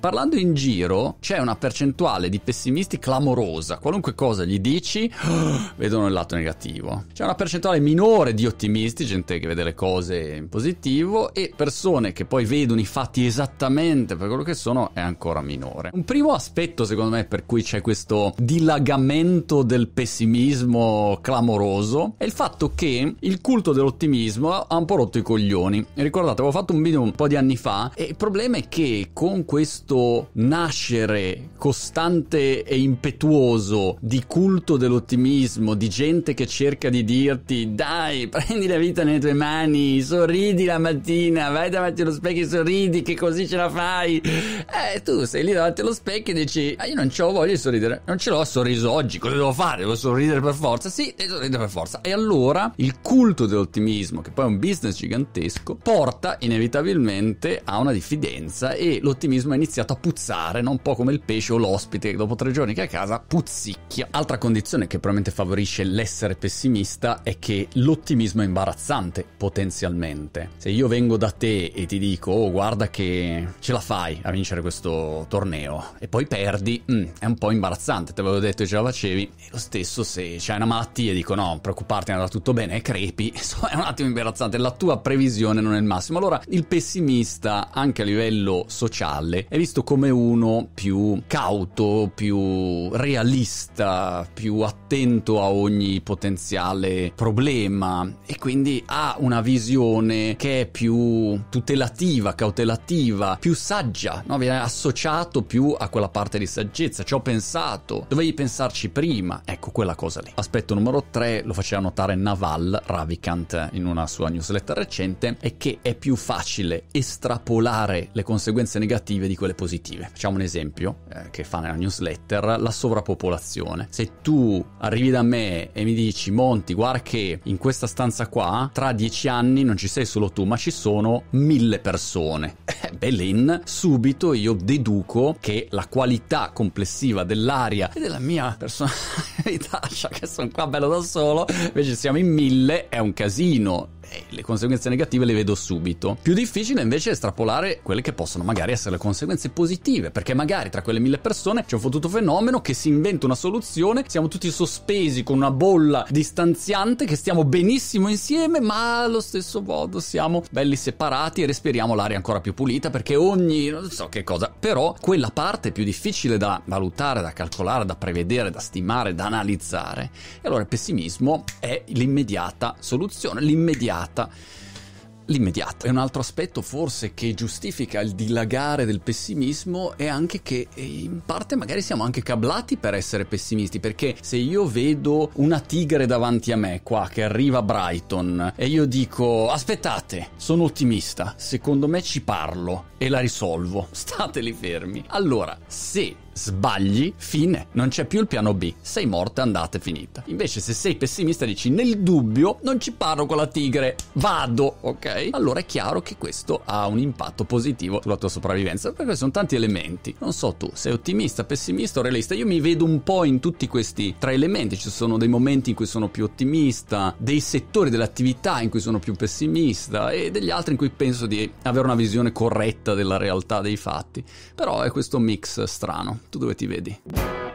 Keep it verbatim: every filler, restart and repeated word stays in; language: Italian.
parlando in giro c'è una percentuale di pessimisti clamorosa. Qualunque cosa gli dici, oh, vedono il lato negativo. C'è una percentuale minore di ottimisti, gente che vede le cose in positivo, e persone che poi vedono i fatti esattamente per quello che sono è ancora minore. Un primo aspetto, secondo me, per cui c'è questo dilagamento del pessimismo clamoroso è il fatto che il culto dell'ottimismo ha un po' rotto i coglioni. Ricordate, avevo fatto un video un po' di anni fa e il problema è che con questo nascere costante e impetuoso di culto dell'ottimismo, di gente che cerca di dirti dai, prendi la vita nelle tue mani, sorridi la mattina, vai davanti allo specchio e sorridi che così ce la fai, eh tu sei lì davanti allo specchio e dici ah, io non c'ho voglia di sorridere, non ce l'ho sorriso oggi, cosa devo fare? Devo sorridere per forza? Sì, devo sorridere per forza. E allora il culto dell'ottimismo, che poi è un business gigantesco, porta inevitabilmente a una diffidenza e l'ottimismo è iniziato a puzzare, no? Un po' come il pesce o l'ospite che dopo tre giorni che è a casa puzzicchia. Altra condizione che probabilmente favorisce l'essere pessimista è che l'ottimismo è imbarazzante potenzialmente. Se io vengo da te e ti dico oh guarda che ce la fai a vincere questo torneo e poi perdi, mm, è un po' imbarazzante, te avevo detto che ce la facevi. E lo stesso se c'hai una malattia e dico no, non preoccuparti, andrà tutto bene e crepi, insomma è un attimo imbarazzante, la tua previsione non è il massimo. Allora il pessimista anche a livello sociale è visto come uno più cauto, più realista, più attento a ogni potenziale problema e quindi ha una visione che è più tutelativa, cautelativa, più saggia, no? Viene associato più a quella parte di saggezza. Ci ho pensato, dovevi pensarci prima, ecco quella cosa lì. Aspetto numero tre, lo faceva notare Naval Ravikant in una sua newsletter recente, è che è più facile estrapolare le conseguenze negative di quelle positive. Facciamo un esempio eh, che fa nella newsletter: la sovrappopolazione. Se tu arrivi da me e mi dici Monti, guarda che in questa stanza qua tra dieci anni non ci sei solo tu ma ci sono mille persone, eh, Belin, subito io deduco che la qualità complessiva dell'aria e della mia personalità, cioè che sono qua bello da solo, invece siamo in mille, è un casino. Le conseguenze negative le vedo subito. Più difficile invece è estrapolare quelle che possono magari essere le conseguenze positive, perché magari tra quelle mille persone c'è un fottuto fenomeno che si inventa una soluzione, siamo tutti sospesi con una bolla distanziante che stiamo benissimo insieme ma allo stesso modo siamo belli separati e respiriamo l'aria ancora più pulita perché ogni non so che cosa. Però quella parte è più difficile da valutare, da calcolare, da prevedere, da stimare, da analizzare, e allora il pessimismo è l'immediata soluzione, l'immediata l'immediato. E un altro aspetto forse che giustifica il dilagare del pessimismo è anche che in parte magari siamo anche cablati per essere pessimisti, perché se io vedo una tigre davanti a me qua che arriva a Brighton e io dico aspettate, sono ottimista, secondo me ci parlo e la risolvo, state lì fermi, allora se sbagli, fine, non c'è più il piano B, sei morta, andata, finita. Invece se sei pessimista dici nel dubbio non ci parlo con la tigre, vado, ok? Allora è chiaro che questo ha un impatto positivo sulla tua sopravvivenza, perché sono tanti elementi. Non so tu, sei ottimista, pessimista o realista? Io mi vedo un po' in tutti questi tre elementi. Ci sono dei momenti in cui sono più ottimista, dei settori dell'attività in cui sono più pessimista e degli altri in cui penso di avere una visione corretta della realtà dei fatti. Però è questo mix strano. Tu dove ti vedi?